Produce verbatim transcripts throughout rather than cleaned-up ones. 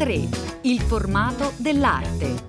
tre. Il formato dell'arte.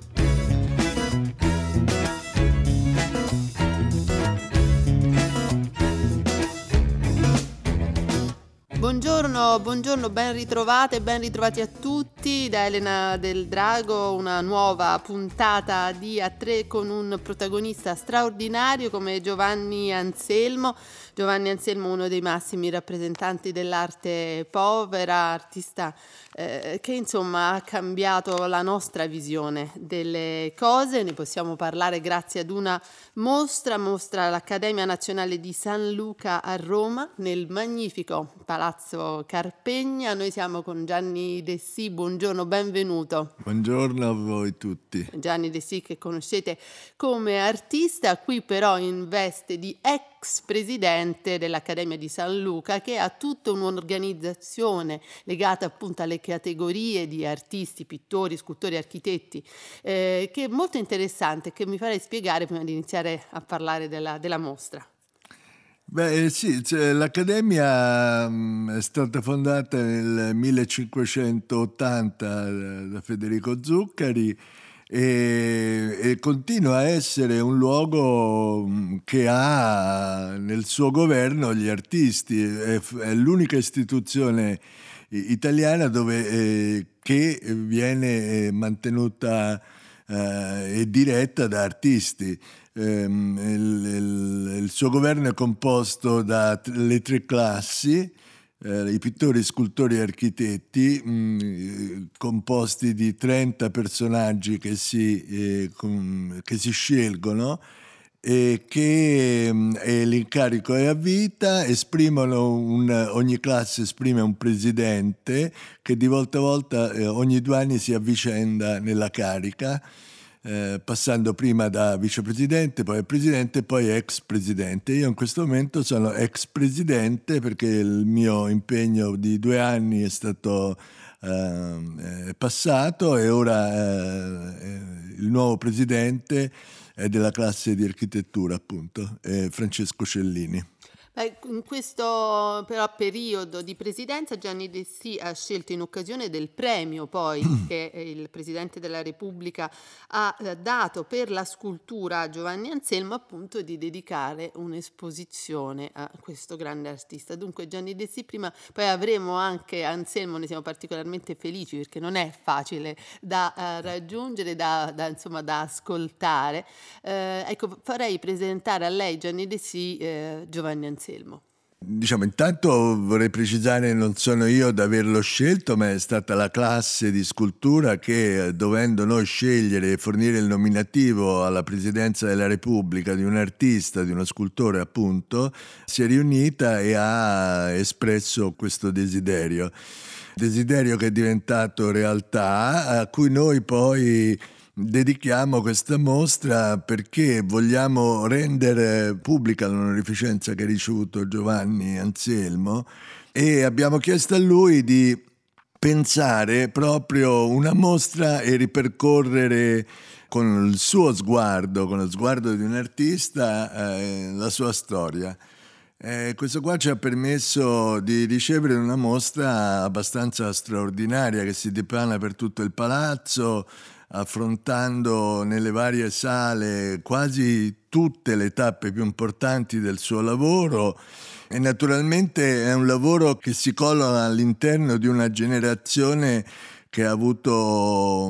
Buongiorno, buongiorno, ben ritrovate, ben ritrovati a tutti da Elena Del Drago, una nuova puntata di A tre con un protagonista straordinario come Giovanni Anselmo. Giovanni Anselmo, uno dei massimi rappresentanti dell'arte povera, artista eh, che insomma ha cambiato la nostra visione delle cose. Ne possiamo parlare grazie ad una mostra, mostra all'Accademia Nazionale di San Luca a Roma, nel magnifico Palazzo Carpegna. Noi siamo con Gianni Dessì, buongiorno, benvenuto. Buongiorno a voi tutti. Gianni Dessì che conoscete come artista, qui però in veste di ex presidente dell'Accademia di San Luca, che ha tutta un'organizzazione legata appunto alle categorie di artisti, pittori, scultori, architetti, eh, che è molto interessante, che mi farei spiegare prima di iniziare a parlare della, della mostra. Beh sì, cioè, l'Accademia mh, è stata fondata nel millecinquecentottanta da Federico Zuccari e, e continua a essere un luogo che ha nel suo governo gli artisti. È, è l'unica istituzione italiana dove eh, che viene mantenuta eh, e diretta da artisti. Um, il, il, il suo governo è composto dalle tre classi, eh, i pittori, scultori e architetti, mh, composti di trenta personaggi che si, eh, com, che si scelgono e che mh, e l'incarico è a vita. Esprimono un, ogni classe esprime un presidente che di volta a volta eh, ogni due anni si avvicenda nella carica. Eh, passando prima da vicepresidente, poi presidente, poi ex presidente. Io in questo momento sono ex presidente perché il mio impegno di due anni è stato eh, passato e ora eh, il nuovo presidente è della classe di architettura, appunto, è Francesco Cellini. In questo però periodo di presidenza Gianni Dessì ha scelto, in occasione del premio poi che il Presidente della Repubblica ha dato per la scultura a Giovanni Anselmo, appunto di dedicare un'esposizione a questo grande artista. Dunque Gianni Dessì, prima poi avremo anche Anselmo, ne siamo particolarmente felici perché non è facile da uh, raggiungere, da, da, insomma, da ascoltare. Uh, ecco, farei presentare a lei Gianni Dessì uh, Giovanni Anselmo. Diciamo, intanto vorrei precisare, non sono io ad averlo scelto, ma è stata la classe di scultura che, dovendo noi scegliere e fornire il nominativo alla Presidenza della Repubblica di un artista, di uno scultore appunto, si è riunita e ha espresso questo desiderio. Desiderio che è diventato realtà, a cui noi poi dedichiamo questa mostra perché vogliamo rendere pubblica l'onorificenza che ha ricevuto Giovanni Anselmo e abbiamo chiesto a lui di pensare proprio una mostra e ripercorrere con il suo sguardo, con lo sguardo di un artista, eh, la sua storia. Eh, questo qua ci ha permesso di ricevere una mostra abbastanza straordinaria che si dipana per tutto il palazzo, affrontando nelle varie sale quasi tutte le tappe più importanti del suo lavoro, e naturalmente è un lavoro che si colloca all'interno di una generazione che ha avuto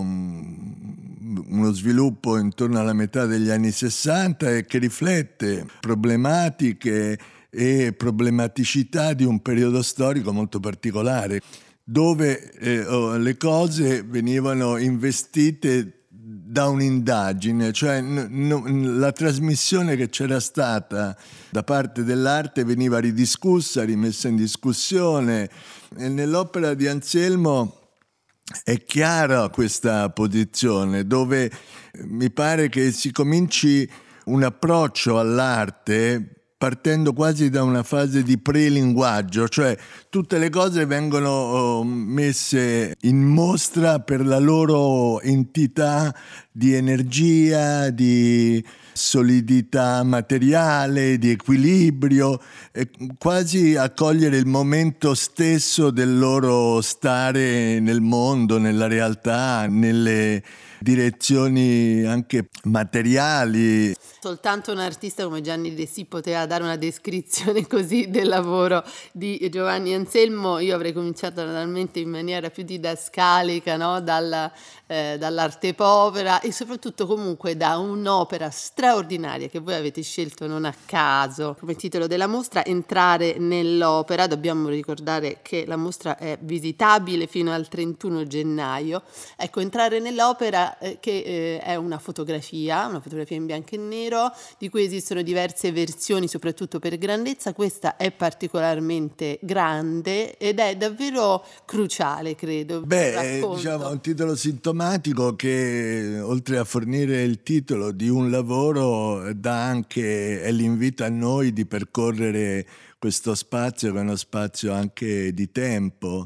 uno sviluppo intorno alla metà degli anni sessanta e che riflette problematiche e problematicità di un periodo storico molto particolare, dove eh, oh, le cose venivano investite da un'indagine, cioè n- n- la trasmissione che c'era stata da parte dell'arte veniva ridiscussa, rimessa in discussione, e nell'opera di Anselmo è chiara questa posizione, dove mi pare che si cominci un approccio all'arte partendo quasi da una fase di prelinguaggio, cioè tutte le cose vengono oh, messe in mostra per la loro entità di energia, di solidità materiale, di equilibrio, e quasi a cogliere il momento stesso del loro stare nel mondo, nella realtà, nelle direzioni anche materiali. Soltanto un artista come Gianni Resì poteva dare una descrizione così del lavoro di Giovanni Anselmo. Io avrei cominciato naturalmente in maniera più didascalica, no? Dalla, eh, dall'arte povera e soprattutto comunque da un'opera straordinaria che voi avete scelto non a caso come titolo della mostra, Entrare nell'opera. Dobbiamo ricordare che la mostra è visitabile fino al trentuno gennaio. Ecco, Entrare nell'opera eh, che eh, è una fotografia, una fotografia in bianco e nero, di cui esistono diverse versioni, soprattutto per grandezza. Questa è particolarmente grande ed è davvero cruciale, credo. Beh, è, diciamo, un titolo sintomatico che, oltre a fornire il titolo di un lavoro, dà anche, è l'invito a noi di percorrere questo spazio, che è uno spazio anche di tempo.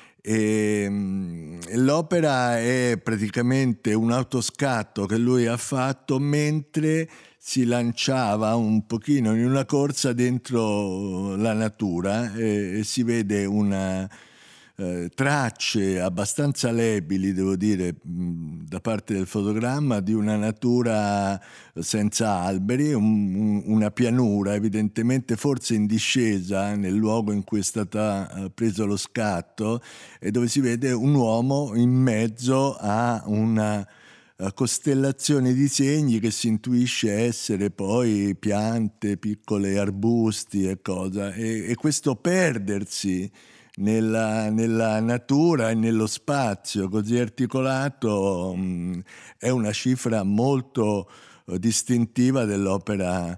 E l'opera è praticamente un autoscatto che lui ha fatto mentre si lanciava un pochino in una corsa dentro la natura, e, e si vede una eh, tracce abbastanza labili, devo dire, mh, da parte del fotogramma, di una natura senza alberi, un, un, una pianura evidentemente forse in discesa nel luogo in cui è stato eh, preso lo scatto, e dove si vede un uomo in mezzo a una costellazione di segni che si intuisce essere poi piante, piccoli arbusti e cosa, e, e questo perdersi nella, nella natura e nello spazio così articolato mh, è una cifra molto eh, distintiva dell'opera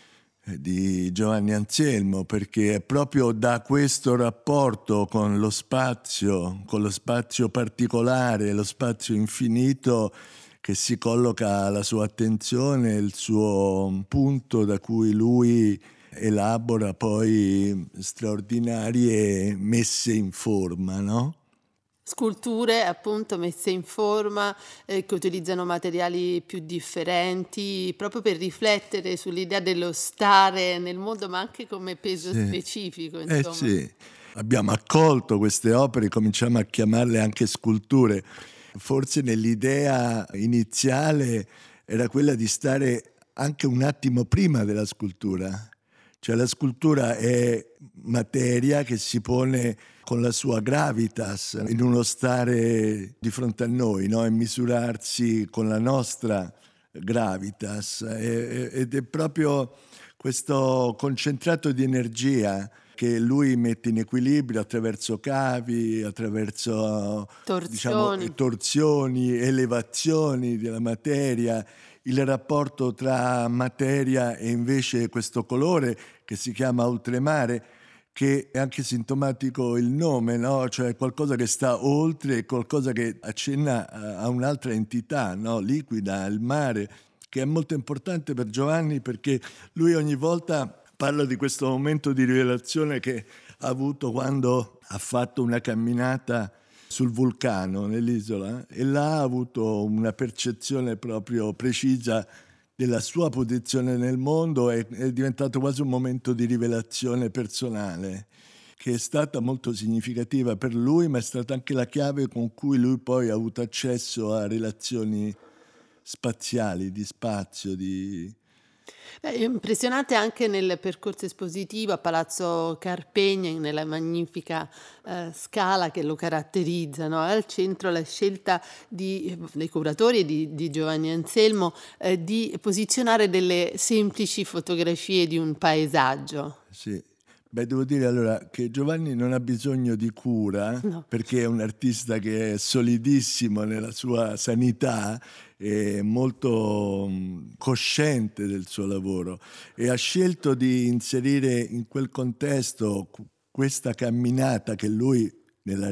di Giovanni Anselmo, perché è proprio da questo rapporto con lo spazio, con lo spazio particolare, lo spazio infinito, che si colloca la sua attenzione, il suo punto da cui lui elabora poi straordinarie messe in forma, no? Sculture appunto messe in forma eh, che utilizzano materiali più differenti proprio per riflettere sull'idea dello stare nel mondo, ma anche come peso sì. specifico, insomma. Eh sì, abbiamo accolto queste opere, cominciamo a chiamarle anche sculture. Forse nell'idea iniziale era quella di stare anche un attimo prima della scultura. Cioè la scultura è materia che si pone con la sua gravitas in uno stare di fronte a noi, no? E misurarsi con la nostra gravitas. E, ed è proprio questo concentrato di energia che lui mette in equilibrio attraverso cavi, attraverso torsioni. Diciamo, torsioni, elevazioni della materia, il rapporto tra materia e invece questo colore che si chiama oltremare, che è anche sintomatico il nome, no? Cioè qualcosa che sta oltre, qualcosa che accenna a un'altra entità, no? Liquida, il mare, che è molto importante per Giovanni, perché lui ogni volta parla di questo momento di rivelazione che ha avuto quando ha fatto una camminata sul vulcano nell'isola, e là ha avuto una percezione proprio precisa della sua posizione nel mondo. È, è diventato quasi un momento di rivelazione personale che è stata molto significativa per lui, ma è stata anche la chiave con cui lui poi ha avuto accesso a relazioni spaziali, di spazio, di... Beh, è impressionante anche nel percorso espositivo a Palazzo Carpegna, nella magnifica eh, scala che lo caratterizza, no? Al centro la scelta di, dei curatori e di, di Giovanni Anselmo eh, di posizionare delle semplici fotografie di un paesaggio. Sì. Beh, devo dire allora che Giovanni non ha bisogno di cura, No. perché è un artista che è solidissimo nella sua sanità, è molto mh, cosciente del suo lavoro, e ha scelto di inserire in quel contesto questa camminata che lui nella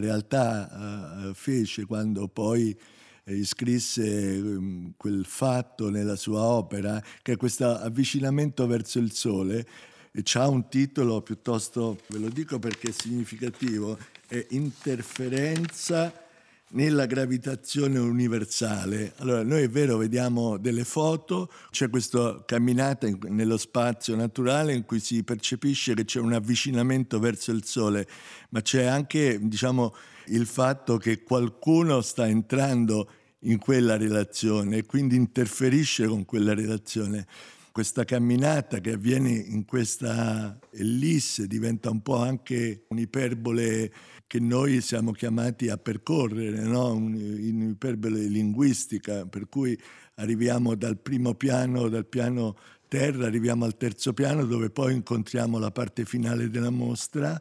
realtà uh, fece quando poi eh, scrisse um, quel fatto nella sua opera, che è questo avvicinamento verso il sole. E c'ha un titolo piuttosto, ve lo dico perché è significativo, è Interferenza nella gravitazione universale. Allora, noi è vero, vediamo delle foto, c'è questa camminata in, nello spazio naturale in cui si percepisce che c'è un avvicinamento verso il Sole, ma c'è anche, diciamo, il fatto che qualcuno sta entrando in quella relazione e quindi interferisce con quella relazione. Questa camminata che avviene in questa ellisse diventa un po' anche un'iperbole che noi siamo chiamati a percorrere, no? Un'iperbole linguistica, per cui arriviamo dal primo piano, dal piano terra, arriviamo al terzo piano, dove poi incontriamo la parte finale della mostra,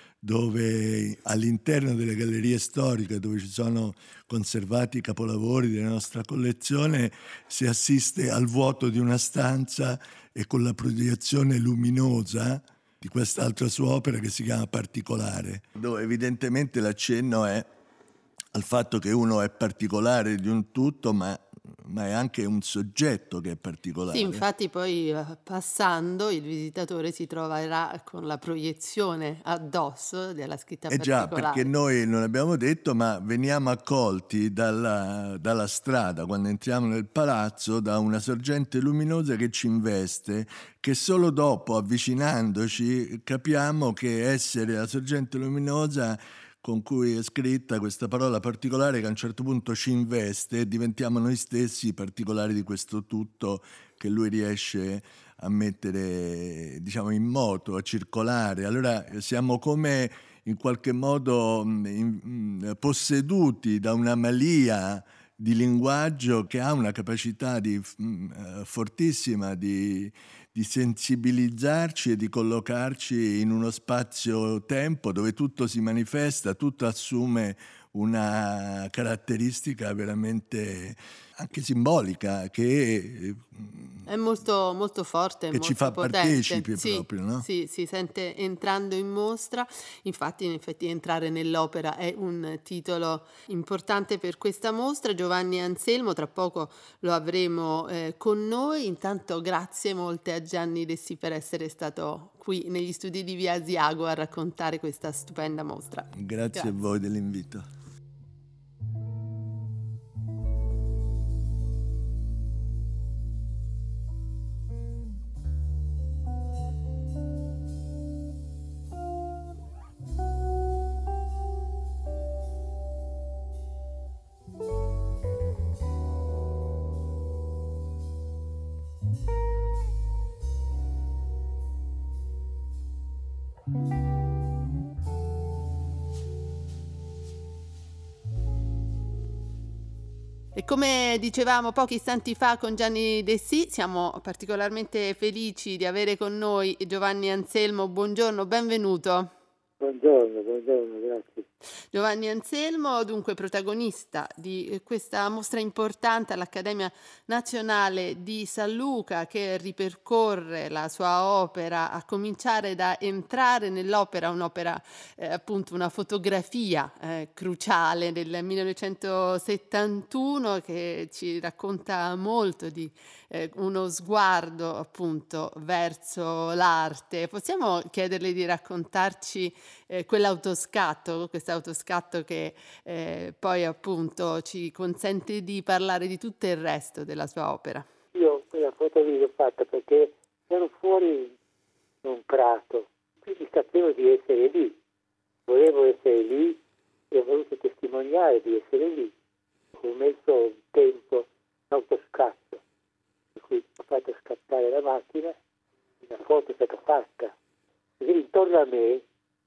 dove all'interno delle gallerie storiche, dove ci sono conservati i capolavori della nostra collezione, si assiste al vuoto di una stanza e con la proiezione luminosa di quest'altra sua opera che si chiama Particolare, dove evidentemente l'accenno è al fatto che uno è particolare di un tutto, ma ma è anche un soggetto che è particolare. Sì, infatti poi eh, passando il visitatore si troverà con la proiezione addosso della scritta Eh già, perché particolare. noi non abbiamo detto, ma veniamo accolti dalla, dalla strada, quando entriamo nel palazzo, da una sorgente luminosa che ci investe, che solo dopo, avvicinandoci, capiamo che essere la sorgente luminosa con cui è scritta questa parola particolare che a un certo punto ci investe e diventiamo noi stessi i particolari di questo tutto che lui riesce a mettere, diciamo, in moto, a circolare. Allora siamo come in qualche modo mh, in- mh, posseduti da una malia di linguaggio che ha una capacità di, mh, eh, fortissima di, di sensibilizzarci e di collocarci in uno spazio-tempo dove tutto si manifesta, tutto assume una caratteristica veramente anche simbolica che, È molto, molto forte, che ci molto fa potente. partecipi Sì, proprio, no? sì, si sente entrando in mostra. Infatti, in effetti, entrare nell'opera è un titolo importante per questa mostra. Giovanni Anselmo, tra poco lo avremo eh, con noi. Intanto, grazie molte a Gianni Dessì per essere stato qui negli studi di Via Asiago a raccontare questa stupenda mostra. Grazie a Grazie. voi dell'invito. E come dicevamo pochi istanti fa con Gianni Dessì, siamo particolarmente felici di avere con noi Giovanni Anselmo. Buongiorno, benvenuto. Buongiorno, buongiorno, grazie. Giovanni Anselmo, dunque protagonista di eh, questa mostra importante all'Accademia Nazionale di San Luca che ripercorre la sua opera, a cominciare da Entrare nell'opera, un'opera eh, appunto una fotografia eh, cruciale del millenovecentosettantuno che ci racconta molto di eh, uno sguardo appunto verso l'arte. Possiamo chiederle di raccontarci eh, quell'autoscatto, questo autoscatto che eh, poi appunto ci consente di parlare di tutto il resto della sua opera. Io quella foto lì l'ho fatta perché ero fuori in un prato, quindi sapevo di essere lì, volevo essere lì e ho voluto testimoniare di essere lì. Ho messo un tempo l'autoscatto, per cui ho fatto scattare la macchina, la foto è stata fatta. E intorno a me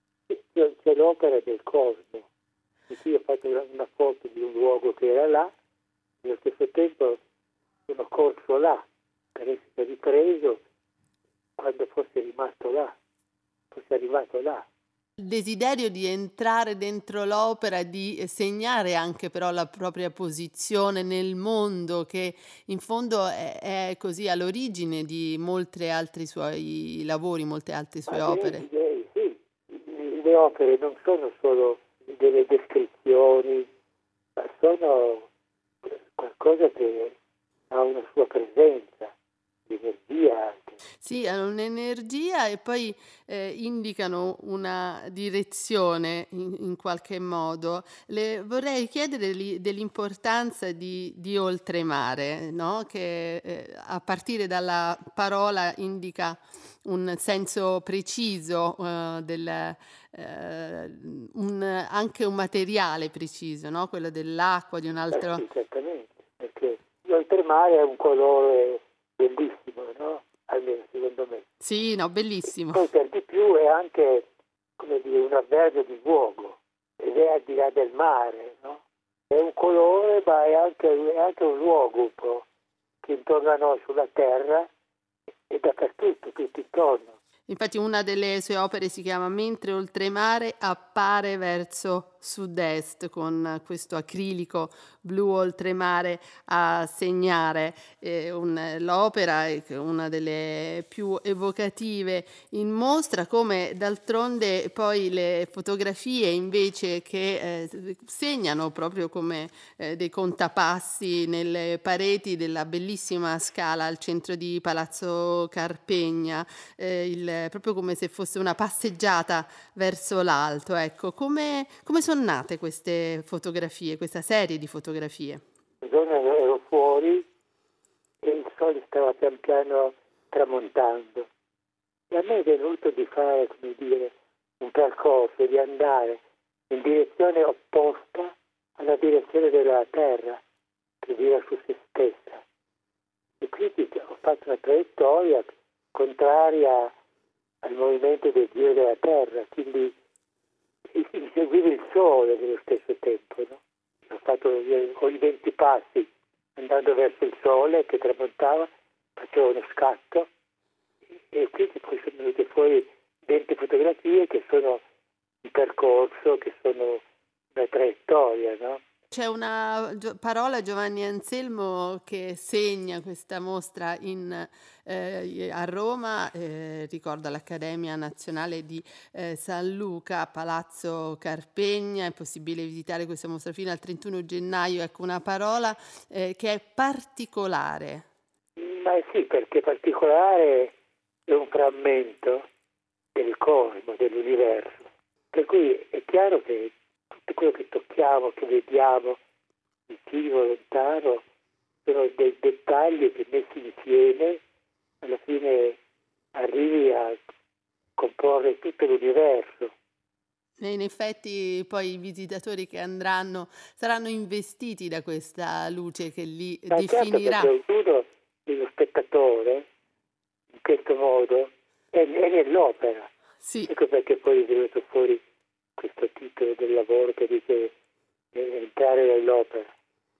c'è l'opera del cosmo, e qui ho fatto una, una foto di un luogo che era là, e allo stesso tempo sono corso là per essere ripreso quando fosse rimasto là, fosse arrivato là. Il desiderio di entrare dentro l'opera, di segnare anche però la propria posizione nel mondo, che in fondo è, è così all'origine di molti altri suoi lavori, molte altre sue Ma opere. le, sì, le opere non sono solo delle descrizioni, ma sono qualcosa che ha una sua presenza di energia anche. Sì, hanno un'energia e poi eh, indicano una direzione in, in qualche modo. Le vorrei chiedere li- dell'importanza di, di oltremare, no? Che eh, a partire dalla parola indica un senso preciso, eh, del, eh, un- anche un materiale preciso, no? Quello dell'acqua, di un Eh altro... sì, certamente, perché l'oltremare è un colore bellissimo, no? Almeno secondo me. Sì, no, bellissimo. Poi per di più è anche, come dire, un avverbio di luogo, ed è al di là del mare, no? È un colore, ma è anche, è anche un luogo un po', che intorno a noi sulla terra e dappertutto, tutto intorno. Infatti una delle sue opere si chiama Mentre oltremare appare verso sud-est, con questo acrilico blu oltremare a segnare eh, un- l'opera, è una delle più evocative in mostra, come d'altronde poi le fotografie invece che eh, segnano proprio come eh, dei contapassi nelle pareti della bellissima scala al centro di Palazzo Carpegna, eh, il- proprio come se fosse una passeggiata verso l'alto. Ecco, come, come sono nate queste fotografie, questa serie di fotografie? Un giorno ero fuori e il sole stava pian piano tramontando e a me è venuto di fare, come dire, un percorso, di andare in direzione opposta alla direzione della Terra, che gira su se stessa. E quindi ho fatto una traiettoria contraria al movimento del giro della Terra, quindi seguivo il Sole nello stesso tempo, no? Ho fatto ho i venti passi andando verso il Sole che tramontava, facevo uno scatto e quindi poi sono venute fuori venti fotografie che sono un percorso, che sono una traiettoria, no? C'è una gio- parola, Giovanni Anselmo, che segna questa mostra in, eh, a Roma, eh, ricorda l'Accademia Nazionale di eh, San Luca, Palazzo Carpegna. È possibile visitare questa mostra fino al trentuno gennaio. Ecco, una parola eh, che è particolare. Ma sì, perché particolare è un frammento del cosmo, dell'universo. Per cui è chiaro che tutto quello che tocchiamo, che vediamo, vicino, lontano, sono dei dettagli che messi insieme alla fine arrivi a comporre tutto l'universo. E in effetti poi i visitatori che andranno saranno investiti da questa luce che li Ma è certo definirà. perché ognuno, lo spettatore, in questo modo, è, è nell'opera. Sì. Ecco perché poi è venuto fuori questo titolo del lavoro che dice eh, entrare nell'opera.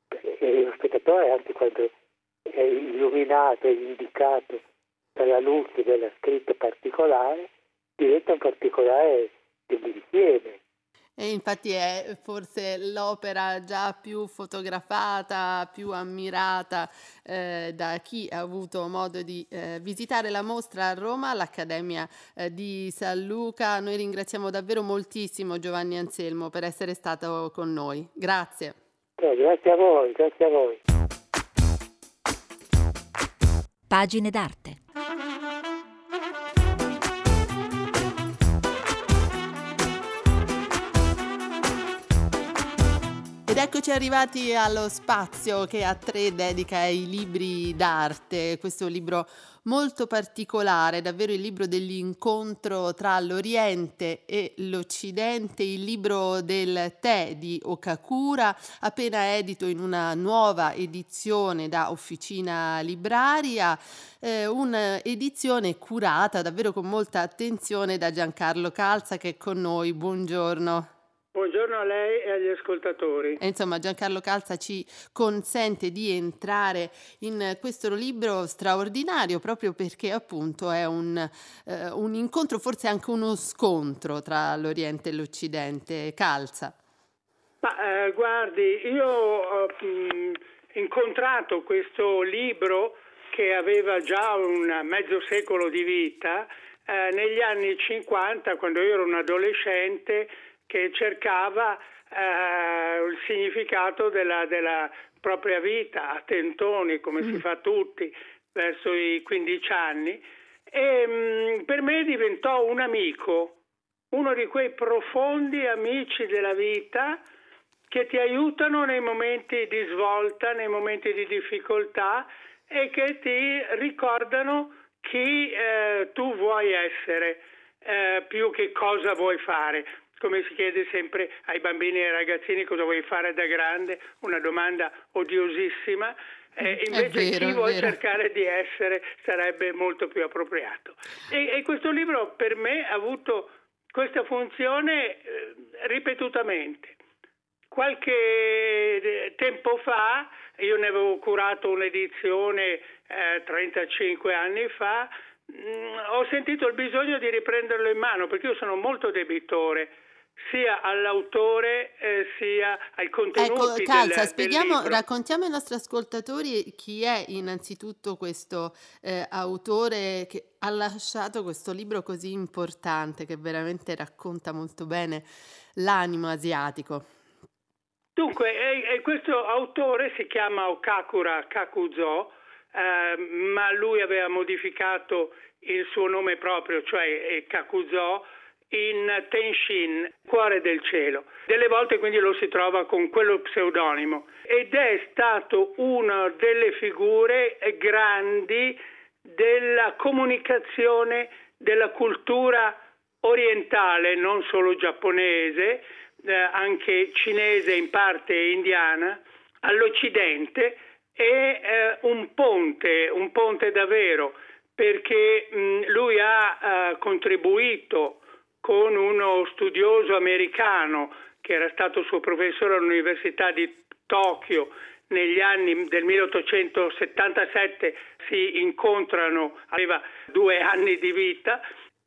E lo spettatore, anche quando è illuminato e indicato dalla luce della scritta particolare, diventa un particolare dell'insieme. E infatti è forse l'opera già più fotografata, più ammirata eh, da chi ha avuto modo di eh, visitare la mostra a Roma, all'Accademia eh, di San Luca. Noi ringraziamo davvero moltissimo Giovanni Anselmo per essere stato con noi. Grazie. Eh, grazie a voi, grazie a voi. Pagine d'arte. Ed eccoci arrivati allo spazio che A tre dedica ai libri d'arte, questo libro molto particolare, davvero il libro dell'incontro tra l'Oriente e l'Occidente, il libro del tè di Okakura, appena edito in una nuova edizione da Officina Libraria, eh, un'edizione curata davvero con molta attenzione da Giancarlo Calza che è con noi. Buongiorno. Buongiorno a lei e agli ascoltatori. E insomma, Giancarlo Calza ci consente di entrare in questo libro straordinario proprio perché appunto è un, eh, un incontro, forse anche uno scontro tra l'Oriente e l'Occidente. Calza. Ma eh, guardi, io ho mh, incontrato questo libro che aveva già un mezzo secolo di vita eh, negli anni cinquanta, quando io ero un adolescente che cercava eh, il significato della, della propria vita a tentoni, come si fa tutti, verso i quindici anni, e mh, per me diventò un amico, uno di quei profondi amici della vita che ti aiutano nei momenti di svolta, nei momenti di difficoltà, e che ti ricordano chi eh, tu vuoi essere, eh, più che cosa vuoi fare. Come si chiede sempre ai bambini e ai ragazzini cosa vuoi fare da grande, una domanda odiosissima, eh, invece vero, chi vuoi vero. cercare di essere sarebbe molto più appropriato. E, e questo libro per me ha avuto questa funzione eh, ripetutamente. Qualche tempo fa, io ne avevo curato un'edizione eh, trentacinque anni fa, mh, ho sentito il bisogno di riprenderlo in mano, perché io sono molto debitore sia all'autore eh, sia ai contenuti Ecco, Calza, del, spieghiamo, del libro. raccontiamo ai nostri ascoltatori chi è innanzitutto questo eh, autore che ha lasciato questo libro così importante, che veramente racconta molto bene l'animo asiatico. Dunque, e, e questo autore si chiama Okakura Kakuzo, eh, ma lui aveva modificato il suo nome proprio, cioè eh, Kakuzo, in Tenshin, Cuore del Cielo. Delle volte quindi lo si trova con quello pseudonimo, ed è stato una delle figure grandi della comunicazione della cultura orientale, non solo giapponese, eh, anche cinese, in parte indiana, all'Occidente, e eh, un ponte, un ponte davvero, perché mh, lui ha eh, contribuito con uno studioso americano che era stato suo professore all'Università di Tokyo. Negli anni del milleottocentosettantasette si incontrano, aveva due anni di vita,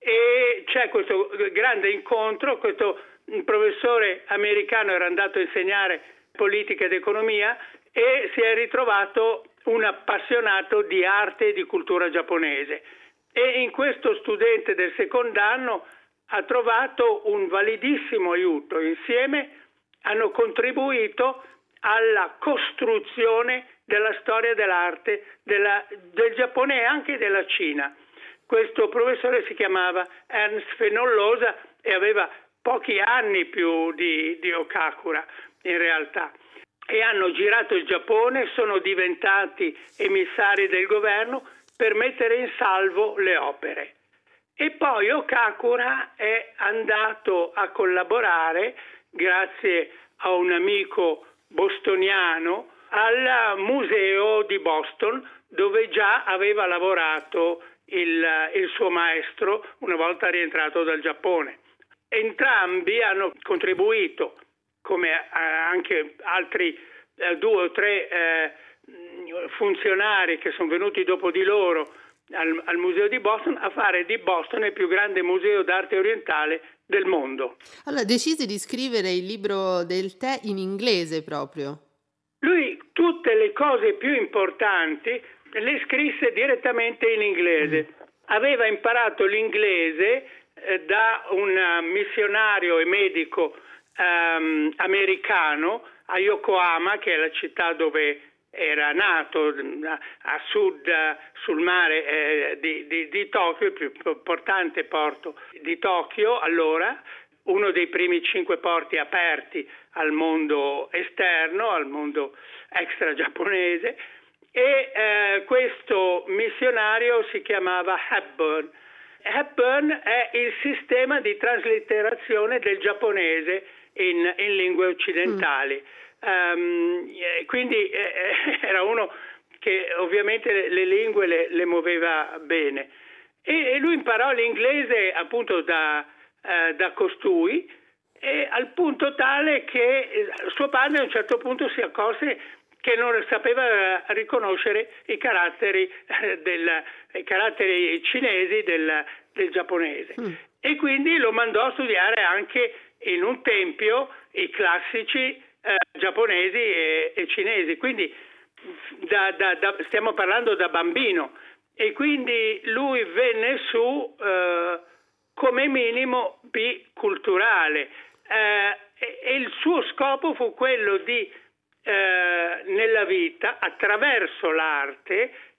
e c'è questo grande incontro. Questo professore americano era andato a insegnare politica ed economia e si è ritrovato un appassionato di arte e di cultura giapponese, e in questo studente del secondo anno ha trovato un validissimo aiuto. Insieme hanno contribuito alla costruzione della storia dell'arte della, del Giappone e anche della Cina. Questo professore si chiamava Ernst Fenollosa e aveva pochi anni più di, di Okakura in realtà, e hanno girato il Giappone, sono diventati emissari del governo per mettere in salvo le opere. E poi Okakura è andato a collaborare, grazie a un amico bostoniano, al museo di Boston, dove già aveva lavorato il, il suo maestro una volta rientrato dal Giappone. Entrambi hanno contribuito, come anche altri eh, due o tre eh, funzionari che sono venuti dopo di loro al, al museo di Boston, a fare di Boston il più grande museo d'arte orientale del mondo. Allora, decisi di scrivere il libro del tè in inglese proprio. Lui tutte le cose più importanti le scrisse direttamente in inglese. Mm. Aveva imparato l'inglese eh, da un missionario e medico ehm, americano a Yokohama, che è la città dove era nato, a, a sud, sul mare eh, di, di, di Tokyo, il più importante porto di Tokyo allora, uno dei primi cinque porti aperti al mondo esterno, al mondo extra giapponese, e eh, questo missionario si chiamava Hepburn. Hepburn è il sistema di traslitterazione del giapponese in, in lingue occidentali. Mm. Um, quindi eh, era uno che ovviamente le, le lingue le, le muoveva bene, e, e lui imparò l'inglese appunto da, eh, da costui, e al punto tale che suo padre a un certo punto si accorse che non sapeva riconoscere i caratteri, eh, del, i caratteri cinesi del, del giapponese, mm. e quindi lo mandò a studiare anche in un tempio i classici Eh, giapponesi e, e cinesi, quindi da, da, da, stiamo parlando da bambino, e quindi lui venne su eh, come minimo biculturale, eh, e, e il suo scopo fu quello di eh, nella vita, attraverso l'arte,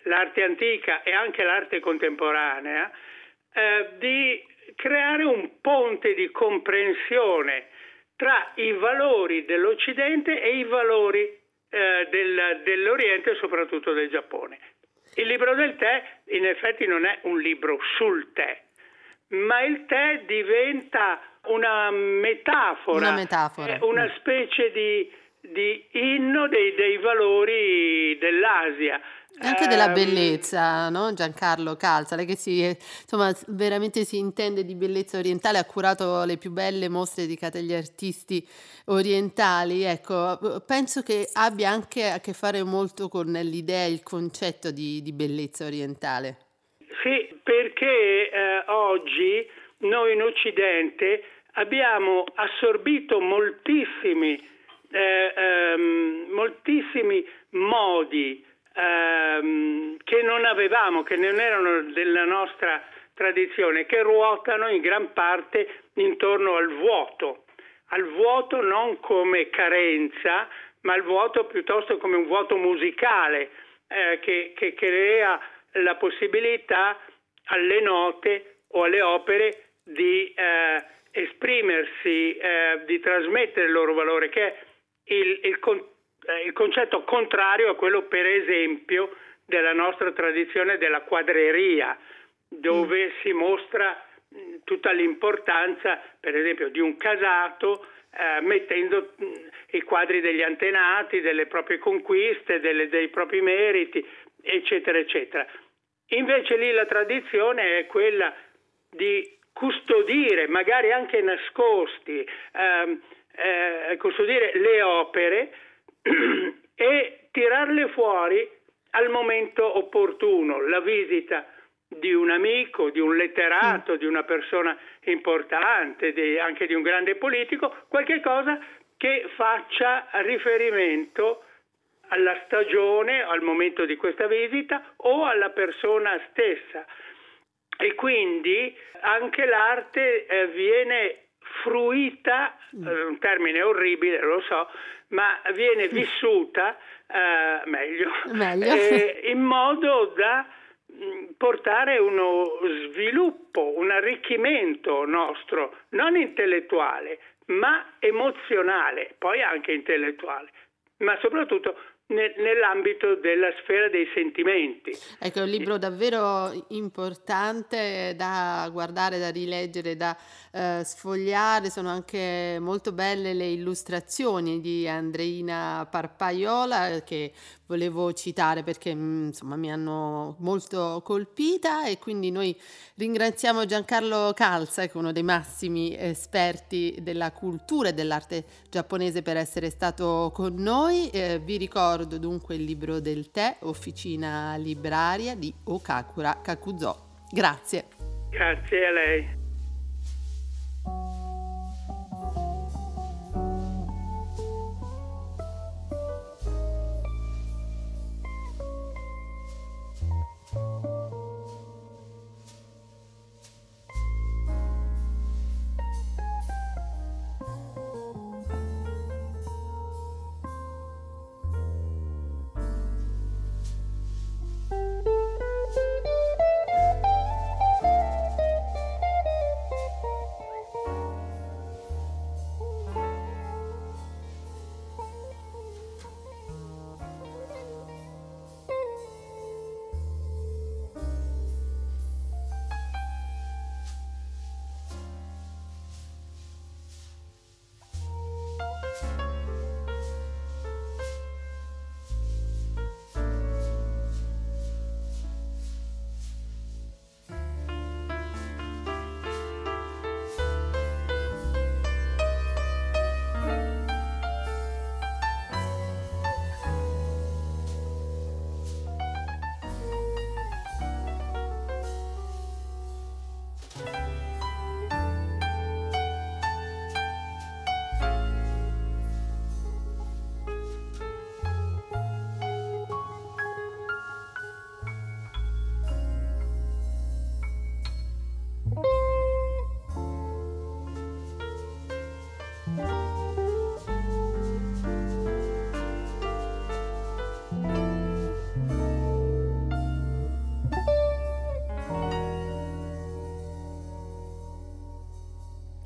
l'arte antica e anche l'arte contemporanea, eh, di creare un ponte di comprensione tra i valori dell'Occidente e i valori eh, del, dell'Oriente, soprattutto del Giappone. Il libro del tè in effetti non è un libro sul tè, ma il tè diventa una metafora, Una metafora. eh, una specie di, di inno dei, dei valori dell'Asia. E anche della Ehm, bellezza, no? Giancarlo Calza, lei che si, insomma, s- veramente si intende di bellezza orientale, ha curato le più belle mostre dedicate agli artisti orientali. Ecco, eh, penso che abbia anche a che fare molto con l'idea, il concetto di, di bellezza orientale. Sì, perché eh, oggi noi in Occidente abbiamo assorbito moltissimi, eh, ehm, moltissimi modi ehm, che non avevamo, che non erano della nostra tradizione, che ruotano in gran parte intorno al vuoto, al vuoto non come carenza, ma al vuoto piuttosto come un vuoto musicale eh, che, che crea la possibilità alle note o alle opere di eh, esprimersi, eh, di trasmettere il loro valore, che è il, il, con- eh, il concetto contrario a quello, per esempio, della nostra tradizione della quadreria, dove si mostra mh, tutta l'importanza, per esempio, di un casato, eh, mettendo mh, i quadri degli antenati, delle proprie conquiste, delle- dei propri meriti, eccetera, eccetera. Invece lì la tradizione è quella di custodire, magari anche nascosti, ehm, eh, custodire le opere e tirarle fuori al momento opportuno, la visita di un amico, di un letterato, di una persona importante, di- anche di un grande politico, qualche cosa che faccia riferimento alla stagione, al momento di questa visita o alla persona stessa. E quindi anche l'arte eh, viene fruita, eh, un termine orribile, lo so, ma viene vissuta eh, meglio, Meglio. eh, in modo da mh, portare uno sviluppo, un arricchimento nostro, non intellettuale, ma emozionale, poi anche intellettuale, ma soprattutto ne- nell'ambito della sfera dei sentimenti. Ecco, è un libro davvero importante da guardare, da rileggere, da eh, sfogliare. Sono anche molto belle le illustrazioni di Andreina Parpaiola eh, che volevo citare perché mm, insomma mi hanno molto colpita e quindi noi ringraziamo Giancarlo Calza, che è uno dei massimi esperti della cultura e dell'arte giapponese, per essere stato con noi. Eh, vi ricordo dunque il libro del tè, Officina Libraria di Okakura Kakuzo. Grazie. Grazie a lei.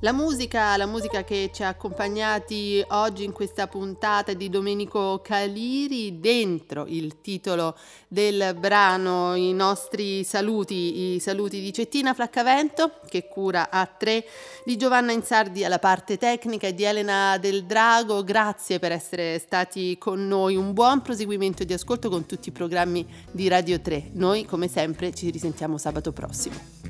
La musica, la musica che ci ha accompagnati oggi in questa puntata di Domenico Caliri, dentro il titolo del brano, i nostri saluti, i saluti di Cettina Flaccavento, che cura A tre, di Giovanna Insardi alla parte tecnica e di Elena Del Drago. Grazie per essere stati con noi, un buon proseguimento di ascolto con tutti i programmi di Radio tre. Noi, come sempre, ci risentiamo sabato prossimo.